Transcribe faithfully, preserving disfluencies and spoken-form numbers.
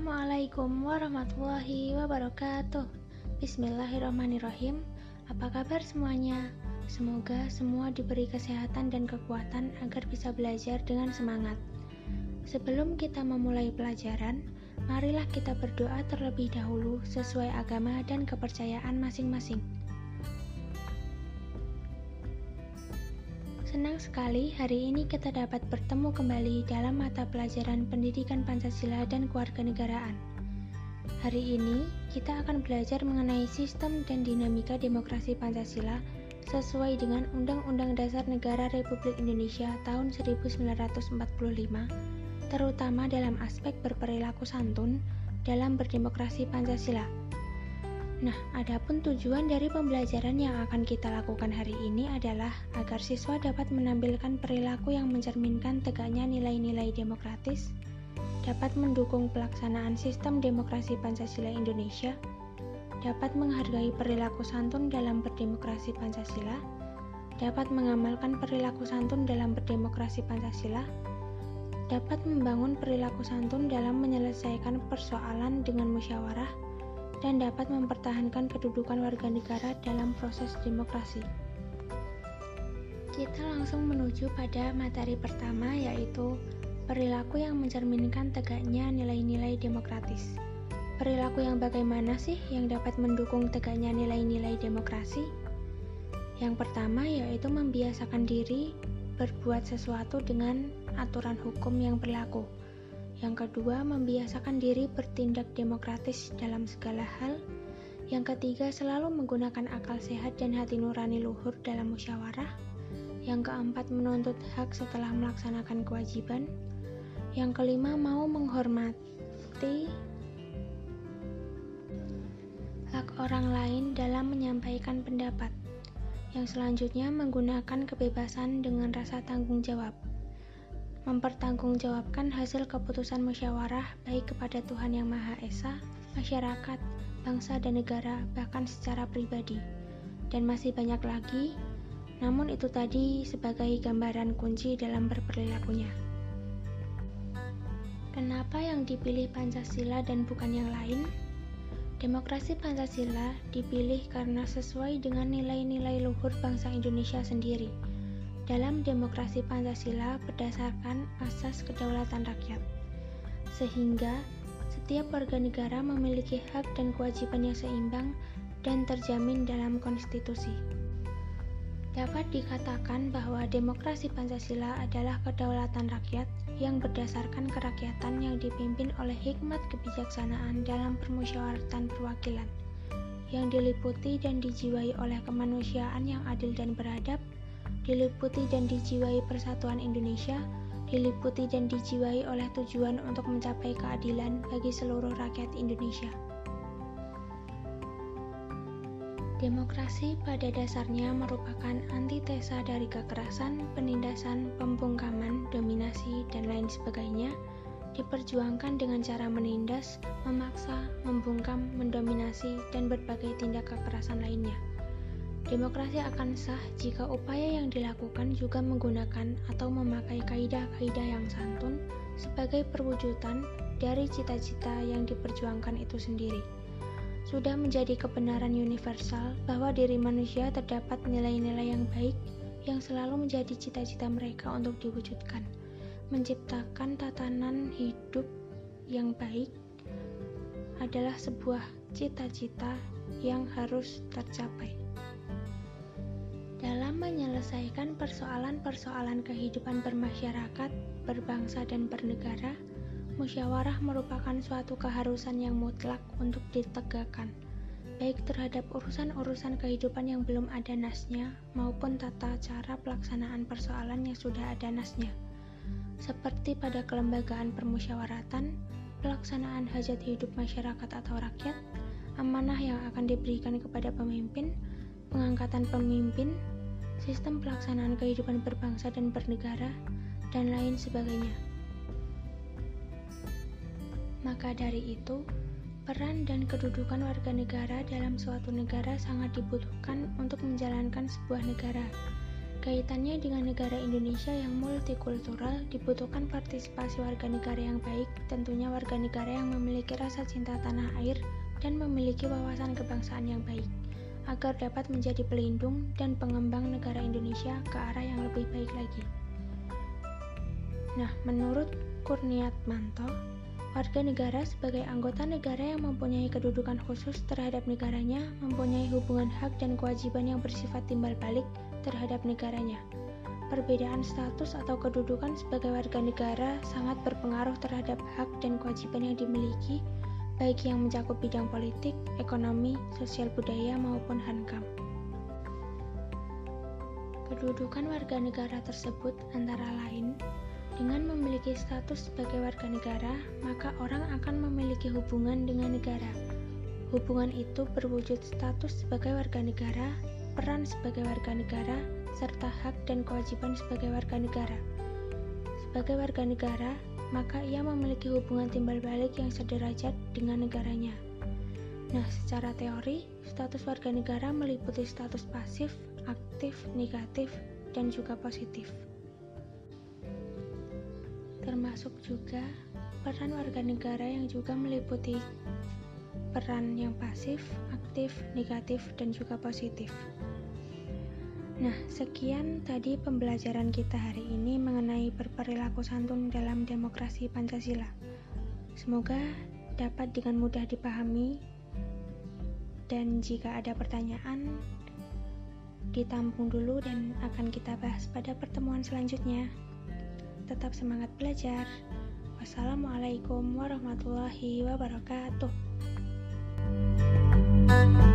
Assalamualaikum warahmatullahi wabarakatuh. Bismillahirrahmanirrahim. Apa kabar semuanya? Semoga semua diberi kesehatan dan kekuatan agar bisa belajar dengan semangat. Sebelum kita memulai pelajaran, marilah kita berdoa terlebih dahulu sesuai agama dan kepercayaan masing-masing. Senang sekali hari ini kita dapat bertemu kembali dalam mata pelajaran Pendidikan Pancasila dan Kewarganegaraan. Hari ini kita akan belajar mengenai sistem dan dinamika demokrasi Pancasila sesuai dengan Undang-Undang Dasar Negara Republik Indonesia tahun seribu sembilan ratus empat puluh lima, terutama dalam aspek berperilaku santun dalam berdemokrasi Pancasila. Nah, adapun tujuan dari pembelajaran yang akan kita lakukan hari ini adalah agar siswa dapat menampilkan perilaku yang mencerminkan tegaknya nilai-nilai demokratis, dapat mendukung pelaksanaan sistem demokrasi Pancasila Indonesia, dapat menghargai perilaku santun dalam berdemokrasi Pancasila, dapat mengamalkan perilaku santun dalam berdemokrasi Pancasila, dapat membangun perilaku santun dalam menyelesaikan persoalan dengan musyawarah, dan dapat mempertahankan kedudukan warga negara dalam proses demokrasi. Kita langsung menuju pada materi pertama, yaitu perilaku yang mencerminkan tegaknya nilai-nilai demokratis. Perilaku yang bagaimana sih yang dapat mendukung tegaknya nilai-nilai demokrasi? Yang pertama yaitu membiasakan diri berbuat sesuatu dengan aturan hukum yang berlaku. Yang kedua, membiasakan diri bertindak demokratis dalam segala hal. Yang ketiga, selalu menggunakan akal sehat dan hati nurani luhur dalam musyawarah. Yang keempat, menuntut hak setelah melaksanakan kewajiban. Yang kelima, mau menghormati hak orang lain dalam menyampaikan pendapat. Yang selanjutnya, menggunakan kebebasan dengan rasa tanggung jawab. Mempertanggungjawabkan hasil keputusan musyawarah baik kepada Tuhan Yang Maha Esa, masyarakat, bangsa dan negara, bahkan secara pribadi. Dan masih banyak lagi, namun itu tadi sebagai gambaran kunci dalam berperilakunya. Kenapa yang dipilih Pancasila dan bukan yang lain? Demokrasi Pancasila dipilih karena sesuai dengan nilai-nilai luhur bangsa Indonesia sendiri. Dalam demokrasi Pancasila berdasarkan asas kedaulatan rakyat, sehingga setiap warga negara memiliki hak dan kewajiban yang seimbang dan terjamin dalam konstitusi. Dapat dikatakan bahwa demokrasi Pancasila adalah kedaulatan rakyat yang berdasarkan kerakyatan yang dipimpin oleh hikmat kebijaksanaan dalam permusyawaratan perwakilan, yang diliputi dan dijiwai oleh kemanusiaan yang adil dan beradab, diliputi dan dijiwai persatuan Indonesia, diliputi dan dijiwai oleh tujuan untuk mencapai keadilan bagi seluruh rakyat Indonesia. Demokrasi pada dasarnya merupakan antitesa dari kekerasan, penindasan, pembungkaman, dominasi, dan lain sebagainya, diperjuangkan dengan cara menindas, memaksa, membungkam, mendominasi, dan berbagai tindak kekerasan lainnya. Demokrasi akan sah jika upaya yang dilakukan juga menggunakan atau memakai kaidah-kaidah yang santun sebagai perwujudan dari cita-cita yang diperjuangkan itu sendiri. Sudah menjadi kebenaran universal bahwa diri manusia terdapat nilai-nilai yang baik yang selalu menjadi cita-cita mereka untuk diwujudkan. Menciptakan tatanan hidup yang baik adalah sebuah cita-cita yang harus tercapai. Dalam menyelesaikan persoalan-persoalan kehidupan bermasyarakat, berbangsa dan bernegara, musyawarah merupakan suatu keharusan yang mutlak untuk ditegakkan, baik terhadap urusan-urusan kehidupan yang belum ada nasnya maupun tata cara pelaksanaan persoalan yang sudah ada nasnya, seperti pada kelembagaan permusyawaratan, pelaksanaan hajat hidup masyarakat atau rakyat, amanah yang akan diberikan kepada pemimpin, pengangkatan pemimpin, sistem pelaksanaan kehidupan berbangsa dan bernegara, dan lain sebagainya. Maka dari itu, peran dan kedudukan warga negara dalam suatu negara sangat dibutuhkan untuk menjalankan sebuah negara. Kaitannya dengan negara Indonesia yang multikultural, dibutuhkan partisipasi warga negara yang baik, tentunya warga negara yang memiliki rasa cinta tanah air dan memiliki wawasan kebangsaan yang baik, agar dapat menjadi pelindung dan pengembang negara Indonesia ke arah yang lebih baik lagi. Nah, menurut Kurniatmanto, warga negara sebagai anggota negara yang mempunyai kedudukan khusus terhadap negaranya mempunyai hubungan hak dan kewajiban yang bersifat timbal balik terhadap negaranya. Perbedaan status atau kedudukan sebagai warga negara sangat berpengaruh terhadap hak dan kewajiban yang dimiliki, baik yang mencakup bidang politik, ekonomi, sosial budaya maupun hankam. Kedudukan warga negara tersebut antara lain dengan memiliki status sebagai warga negara, maka orang akan memiliki hubungan dengan negara. Hubungan itu berwujud status sebagai warga negara, peran sebagai warga negara, serta hak dan kewajiban sebagai warga negara. Sebagai warga negara, maka ia memiliki hubungan timbal balik yang sederajat dengan negaranya. Nah, secara teori, status warga negara meliputi status pasif, aktif, negatif, dan juga positif. Termasuk juga peran warga negara yang juga meliputi peran yang pasif, aktif, negatif, dan juga positif. Nah, sekian tadi pembelajaran kita hari ini mengenai berperilaku santun dalam demokrasi Pancasila. Semoga dapat dengan mudah dipahami, dan jika ada pertanyaan, ditampung dulu dan akan kita bahas pada pertemuan selanjutnya. Tetap semangat belajar. Wassalamualaikum warahmatullahi wabarakatuh.